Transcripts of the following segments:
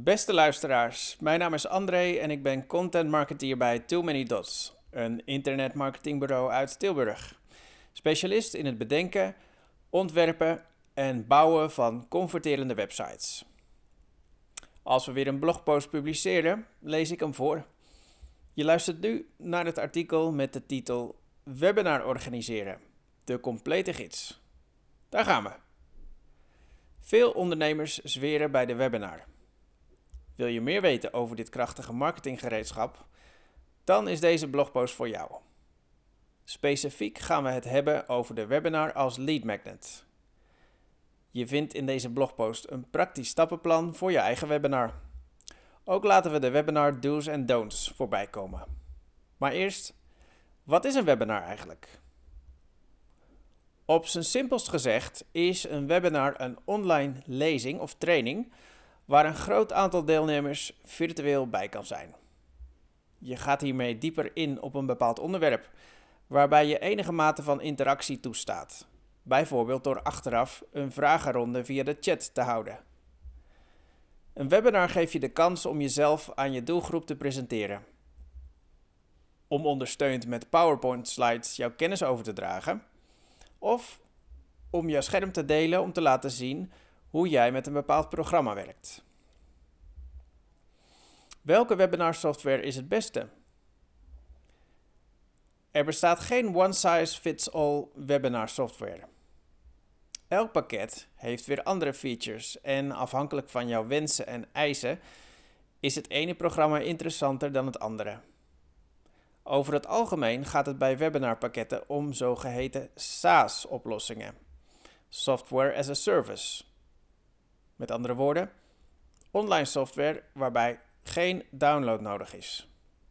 Beste luisteraars, mijn naam is André en ik ben content marketeer bij Too Many Dots, een internetmarketingbureau uit Tilburg. Specialist in het bedenken, ontwerpen en bouwen van converterende websites. Als we weer een blogpost publiceren, lees ik hem voor. Je luistert nu naar het artikel met de titel Webinar organiseren, de complete gids. Daar gaan we. Veel ondernemers zweren bij de webinar. Wil je meer weten over dit krachtige marketinggereedschap? Dan is deze blogpost voor jou. Specifiek gaan we het hebben over de webinar als lead magnet. Je vindt in deze blogpost een praktisch stappenplan voor je eigen webinar. Ook laten we de webinar do's en don'ts voorbij komen. Maar eerst, wat is een webinar eigenlijk? Op zijn simpelst gezegd is een webinar een online lezing of training waar een groot aantal deelnemers virtueel bij kan zijn. Je gaat hiermee dieper in op een bepaald onderwerp, waarbij je enige mate van interactie toestaat. Bijvoorbeeld door achteraf een vragenronde via de chat te houden. Een webinar geeft je de kans om jezelf aan je doelgroep te presenteren. Om ondersteund met PowerPoint slides jouw kennis over te dragen. Of om jouw scherm te delen om te laten zien hoe jij met een bepaald programma werkt. Welke webinarsoftware is het beste? Er bestaat geen one-size-fits-all webinar software. Elk pakket heeft weer andere features en afhankelijk van jouw wensen en eisen is het ene programma interessanter dan het andere. Over het algemeen gaat het bij webinarpakketten om zogeheten SaaS-oplossingen. Software as a Service. Met andere woorden, online software waarbij geen download nodig is.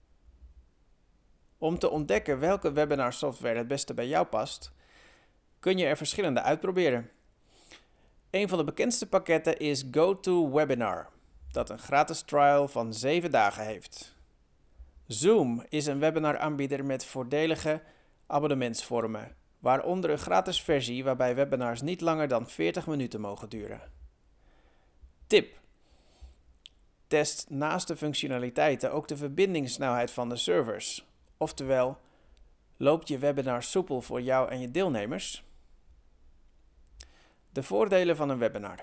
Om te ontdekken welke webinar software het beste bij jou past, kun je er verschillende uitproberen. Een van de bekendste pakketten is GoToWebinar, dat een gratis trial van 7 dagen heeft. Zoom is een webinaraanbieder met voordelige abonnementsvormen, waaronder een gratis versie waarbij webinars niet langer dan 40 minuten mogen duren. Tip: test naast de functionaliteiten ook de verbindingssnelheid van de servers. Oftewel, loopt je webinar soepel voor jou en je deelnemers? De voordelen van een webinar.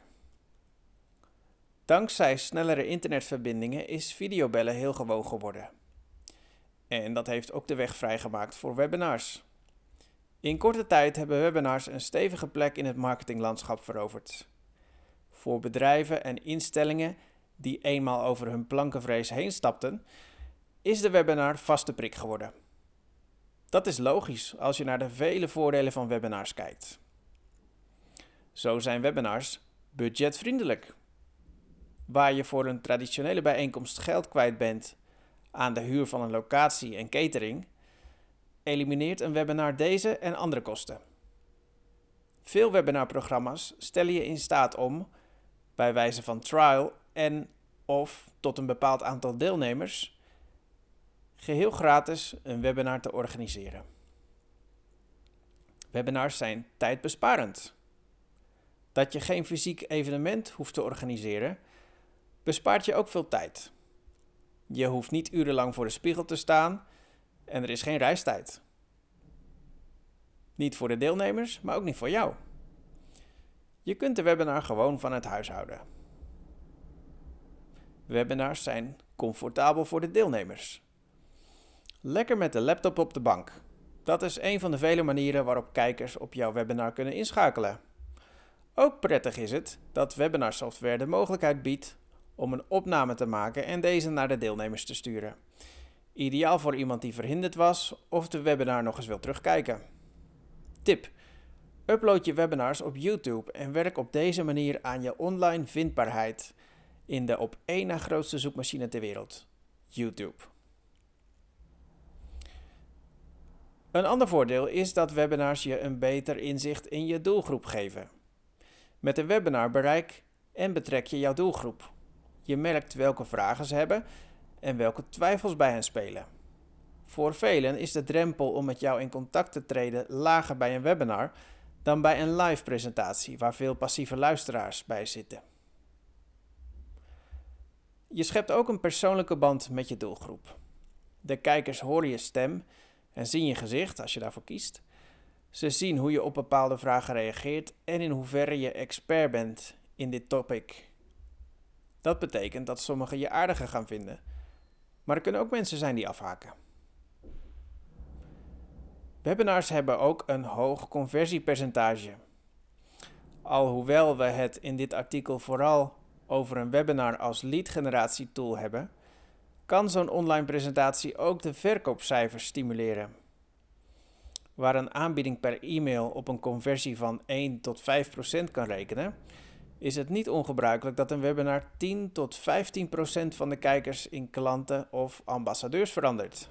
Dankzij snellere internetverbindingen is videobellen heel gewoon geworden. En dat heeft ook de weg vrijgemaakt voor webinars. In korte tijd hebben webinars een stevige plek in het marketinglandschap veroverd. Voor bedrijven en instellingen die eenmaal over hun plankenvrees heen stapten, is de webinar vaste prik geworden. Dat is logisch als je naar de vele voordelen van webinars kijkt. Zo zijn webinars budgetvriendelijk. Waar je voor een traditionele bijeenkomst geld kwijt bent aan de huur van een locatie en catering, elimineert een webinar deze en andere kosten. Veel webinarprogramma's stellen je in staat om, bij wijze van trial en of tot een bepaald aantal deelnemers, geheel gratis een webinar te organiseren. Webinars zijn tijdbesparend. Dat je geen fysiek evenement hoeft te organiseren, bespaart je ook veel tijd. Je hoeft niet urenlang voor de spiegel te staan en er is geen reistijd. Niet voor de deelnemers, maar ook niet voor jou. Je kunt de webinar gewoon vanuit huis houden. Webinars zijn comfortabel voor de deelnemers. Lekker met de laptop op de bank. Dat is een van de vele manieren waarop kijkers op jouw webinar kunnen inschakelen. Ook prettig is het dat webinarsoftware de mogelijkheid biedt om een opname te maken en deze naar de deelnemers te sturen. Ideaal voor iemand die verhinderd was of de webinar nog eens wil terugkijken. Tip: upload je webinars op YouTube en werk op deze manier aan je online vindbaarheid in de op één na grootste zoekmachine ter wereld, YouTube. Een ander voordeel is dat webinars je een beter inzicht in je doelgroep geven. Met een webinar bereik en betrek je jouw doelgroep. Je merkt welke vragen ze hebben en welke twijfels bij hen spelen. Voor velen is de drempel om met jou in contact te treden lager bij een webinar dan bij een live presentatie waar veel passieve luisteraars bij zitten. Je schept ook een persoonlijke band met je doelgroep. De kijkers horen je stem en zien je gezicht als je daarvoor kiest. Ze zien hoe je op bepaalde vragen reageert en in hoeverre je expert bent in dit topic. Dat betekent dat sommigen je aardiger gaan vinden, maar er kunnen ook mensen zijn die afhaken. Webinars hebben ook een hoog conversiepercentage. Alhoewel we het in dit artikel vooral over een webinar als lead-generatietool hebben, kan zo'n online presentatie ook de verkoopcijfers stimuleren. Waar een aanbieding per e-mail op een conversie van 1 tot 5% kan rekenen, is het niet ongebruikelijk dat een webinar 10 tot 15% van de kijkers in klanten of ambassadeurs verandert.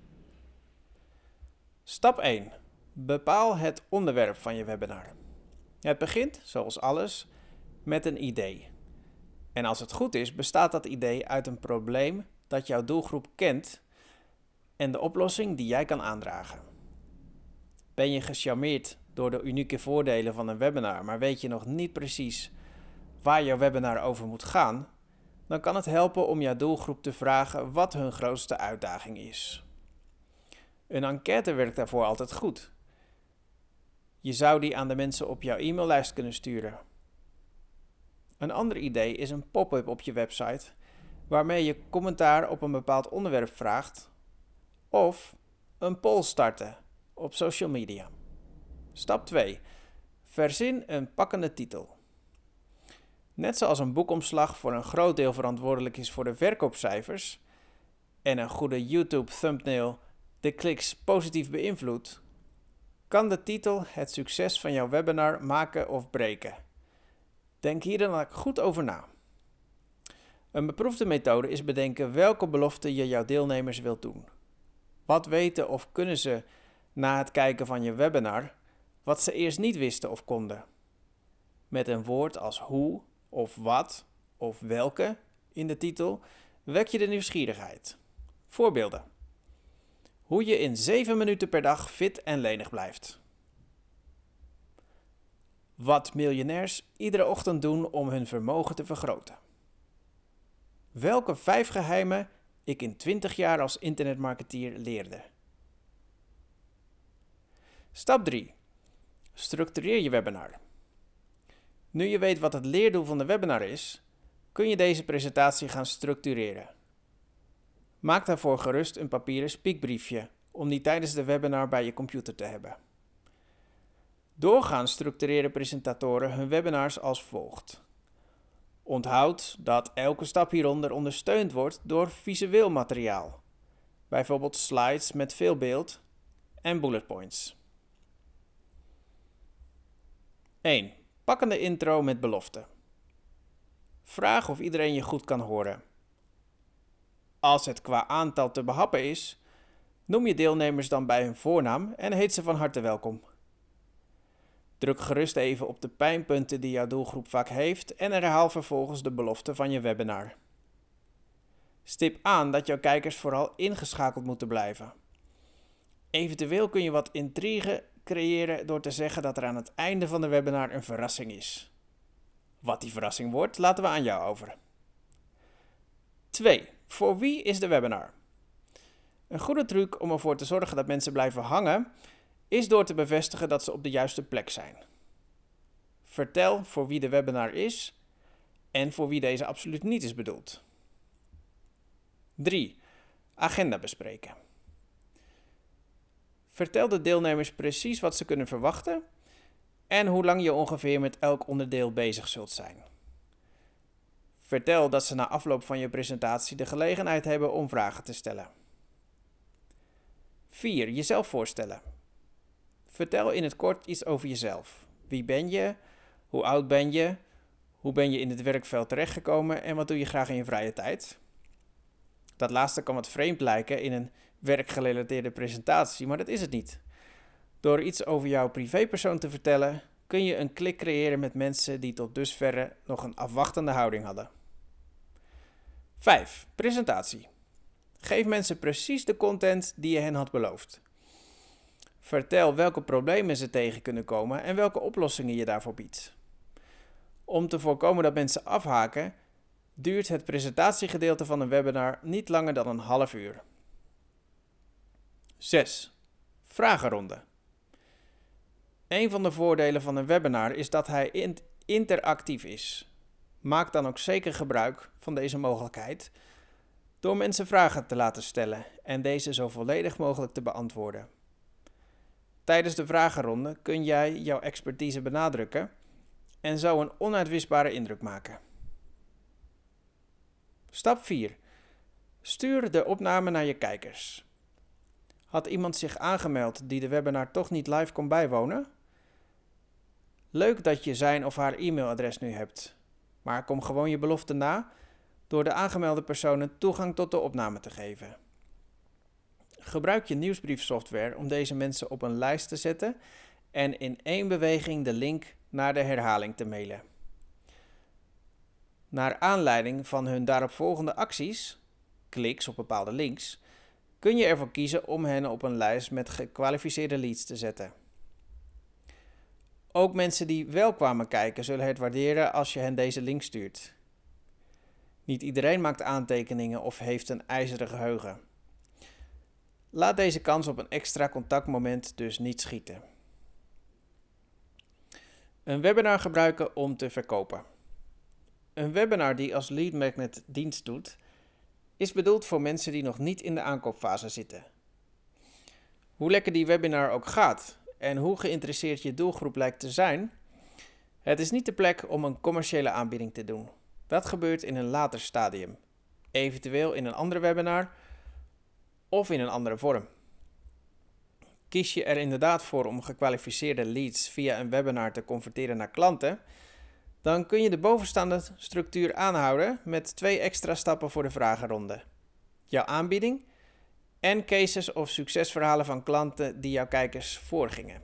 Stap 1. Bepaal het onderwerp van je webinar. Het begint, zoals alles, met een idee. En als het goed is, bestaat dat idee uit een probleem dat jouw doelgroep kent en de oplossing die jij kan aandragen. Ben je gecharmeerd door de unieke voordelen van een webinar, maar weet je nog niet precies waar jouw webinar over moet gaan, dan kan het helpen om jouw doelgroep te vragen wat hun grootste uitdaging is. Een enquête werkt daarvoor altijd goed. Je zou die aan de mensen op jouw e-maillijst kunnen sturen. Een ander idee is een pop-up op je website waarmee je commentaar op een bepaald onderwerp vraagt of een poll starten op social media. Stap 2. Verzin een pakkende titel. Net zoals een boekomslag voor een groot deel verantwoordelijk is voor de verkoopcijfers en een goede YouTube thumbnail de kliks positief beïnvloedt, kan de titel het succes van jouw webinar maken of breken. Denk hier dan ook goed over na. Een beproefde methode is bedenken welke belofte je jouw deelnemers wilt doen. Wat weten of kunnen ze na het kijken van je webinar, wat ze eerst niet wisten of konden? Met een woord als hoe of wat of welke in de titel wek je de nieuwsgierigheid. Voorbeelden. Hoe je in 7 minuten per dag fit en lenig blijft. Wat miljonairs iedere ochtend doen om hun vermogen te vergroten. Welke 5 geheimen ik in 20 jaar als internetmarketeer leerde. Stap 3. Structureer je webinar. Nu je weet wat het leerdoel van de webinar is, kun je deze presentatie gaan structureren. Maak daarvoor gerust een papieren spiekbriefje om die tijdens de webinar bij je computer te hebben. Doorgaans structureren presentatoren hun webinars als volgt. Onthoud dat elke stap hieronder ondersteund wordt door visueel materiaal, bijvoorbeeld slides met veel beeld en bullet points. 1. Pakkende intro met belofte. Vraag of iedereen je goed kan horen. Als het qua aantal te behappen is, noem je deelnemers dan bij hun voornaam en heet ze van harte welkom. Druk gerust even op de pijnpunten die jouw doelgroep vaak heeft en herhaal vervolgens de belofte van je webinar. Stip aan dat jouw kijkers vooral ingeschakeld moeten blijven. Eventueel kun je wat intrigue creëren door te zeggen dat er aan het einde van de webinar een verrassing is. Wat die verrassing wordt, laten we aan jou over. 2. Voor wie is de webinar? Een goede truc om ervoor te zorgen dat mensen blijven hangen, is door te bevestigen dat ze op de juiste plek zijn. Vertel voor wie de webinar is en voor wie deze absoluut niet is bedoeld. 3. Agenda bespreken. Vertel de deelnemers precies wat ze kunnen verwachten en hoe lang je ongeveer met elk onderdeel bezig zult zijn. Vertel dat ze na afloop van je presentatie de gelegenheid hebben om vragen te stellen. 4. Jezelf voorstellen. Vertel in het kort iets over jezelf. Wie ben je? Hoe oud ben je? Hoe ben je in het werkveld terechtgekomen en wat doe je graag in je vrije tijd? Dat laatste kan wat vreemd lijken in een werkgerelateerde presentatie, maar dat is het niet. Door iets over jouw privépersoon te vertellen, kun je een klik creëren met mensen die tot dusverre nog een afwachtende houding hadden. 5. Presentatie. Geef mensen precies de content die je hen had beloofd. Vertel welke problemen ze tegen kunnen komen en welke oplossingen je daarvoor biedt. Om te voorkomen dat mensen afhaken, Duurt het presentatiegedeelte van een webinar niet langer dan een half uur. 6. Vragenronde. Een van de voordelen van een webinar is dat hij interactief is. Maak dan ook zeker gebruik van deze mogelijkheid door mensen vragen te laten stellen en deze zo volledig mogelijk te beantwoorden. Tijdens de vragenronde kun jij jouw expertise benadrukken en zo een onuitwisbare indruk maken. Stap 4. Stuur de opname naar je kijkers. Had iemand zich aangemeld die de webinar toch niet live kon bijwonen? Leuk dat je zijn of haar e-mailadres nu hebt, maar kom gewoon je belofte na door de aangemelde personen toegang tot de opname te geven. Gebruik je nieuwsbriefsoftware om deze mensen op een lijst te zetten en in één beweging de link naar de herhaling te mailen. Naar aanleiding van hun daaropvolgende acties, kliks op bepaalde links, kun je ervoor kiezen om hen op een lijst met gekwalificeerde leads te zetten. Ook mensen die wel kwamen kijken zullen het waarderen als je hen deze link stuurt. Niet iedereen maakt aantekeningen of heeft een ijzeren geheugen. Laat deze kans op een extra contactmoment dus niet schieten. Een webinar gebruiken om te verkopen. Een webinar die als lead magnet dienst doet, is bedoeld voor mensen die nog niet in de aankoopfase zitten. Hoe lekker die webinar ook gaat en hoe geïnteresseerd je doelgroep lijkt te zijn, het is niet de plek om een commerciële aanbieding te doen. Dat gebeurt in een later stadium, eventueel in een andere webinar of in een andere vorm. Kies je er inderdaad voor om gekwalificeerde leads via een webinar te converteren naar klanten, dan kun je de bovenstaande structuur aanhouden met 2 extra stappen voor de vragenronde. Jouw aanbieding en cases of succesverhalen van klanten die jouw kijkers voorgingen.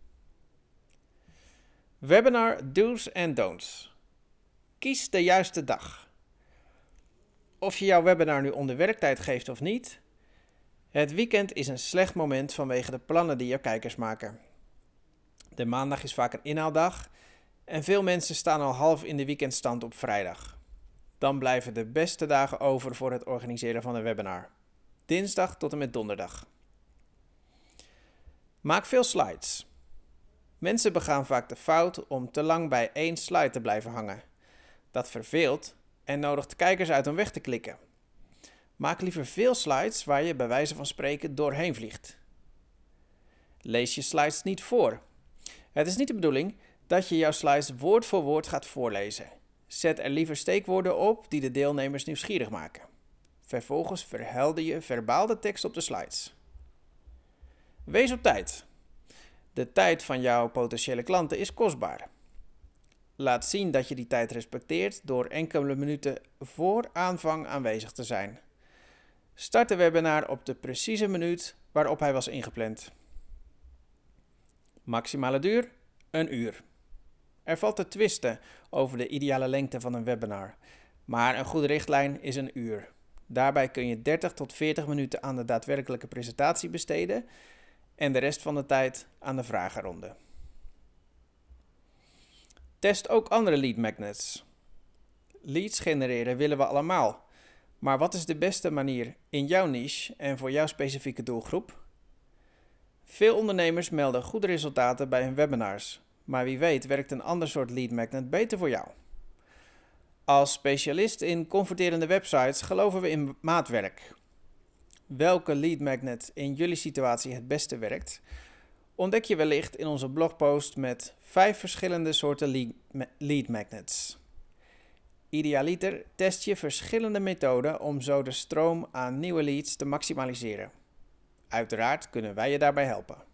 Webinar do's en don'ts. Kies de juiste dag. Of je jouw webinar nu onder werktijd geeft of niet, het weekend is een slecht moment vanwege de plannen die jouw kijkers maken. De maandag is vaak een inhaaldag en veel mensen staan al half in de weekendstand op vrijdag. Dan blijven de beste dagen over voor het organiseren van een webinar. Dinsdag tot en met donderdag. Maak veel slides. Mensen begaan vaak de fout om te lang bij één slide te blijven hangen. Dat verveelt en nodigt kijkers uit om weg te klikken. Maak liever veel slides waar je bij wijze van spreken doorheen vliegt. Lees je slides niet voor. Het is niet de bedoeling dat je jouw slides woord voor woord gaat voorlezen. Zet er liever steekwoorden op die de deelnemers nieuwsgierig maken. Vervolgens verhelder je verbaal de tekst op de slides. Wees op tijd. De tijd van jouw potentiële klanten is kostbaar. Laat zien dat je die tijd respecteert door enkele minuten voor aanvang aanwezig te zijn. Start de webinar op de precieze minuut waarop hij was ingepland. Maximale duur: 1 uur. Er valt te twisten over de ideale lengte van een webinar, maar een goede richtlijn is 1 uur. Daarbij kun je 30 tot 40 minuten aan de daadwerkelijke presentatie besteden en de rest van de tijd aan de vragenronde. Test ook andere lead magnets. Leads genereren willen we allemaal, maar wat is de beste manier in jouw niche en voor jouw specifieke doelgroep? Veel ondernemers melden goede resultaten bij hun webinars, maar wie weet werkt een ander soort lead magnet beter voor jou. Als specialist in converterende websites geloven we in maatwerk. Welke lead magnet in jullie situatie het beste werkt, ontdek je wellicht in onze blogpost met 5 verschillende soorten lead magnets. Idealiter test je verschillende methoden om zo de stroom aan nieuwe leads te maximaliseren. Uiteraard kunnen wij je daarbij helpen.